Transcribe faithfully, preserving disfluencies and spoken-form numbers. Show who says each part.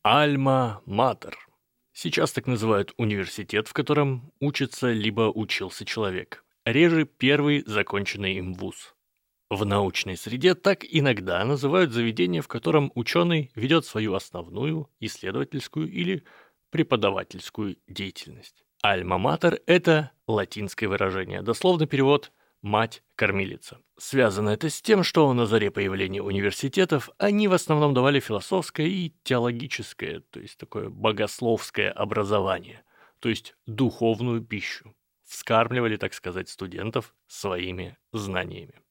Speaker 1: Альма-матер. Сейчас так называют университет, в котором учится либо учился человек. Реже первый законченный им вуз. В научной среде так иногда называют заведение, в котором ученый ведет свою основную, исследовательскую или преподавательскую деятельность. Альма-матер – это латинское выражение, дословный перевод «мать-кормилица». Связано это с тем, что на заре появления университетов они в основном давали философское и теологическое, то есть такое богословское образование, то есть духовную пищу. Вскармливали, так сказать, студентов своими знаниями.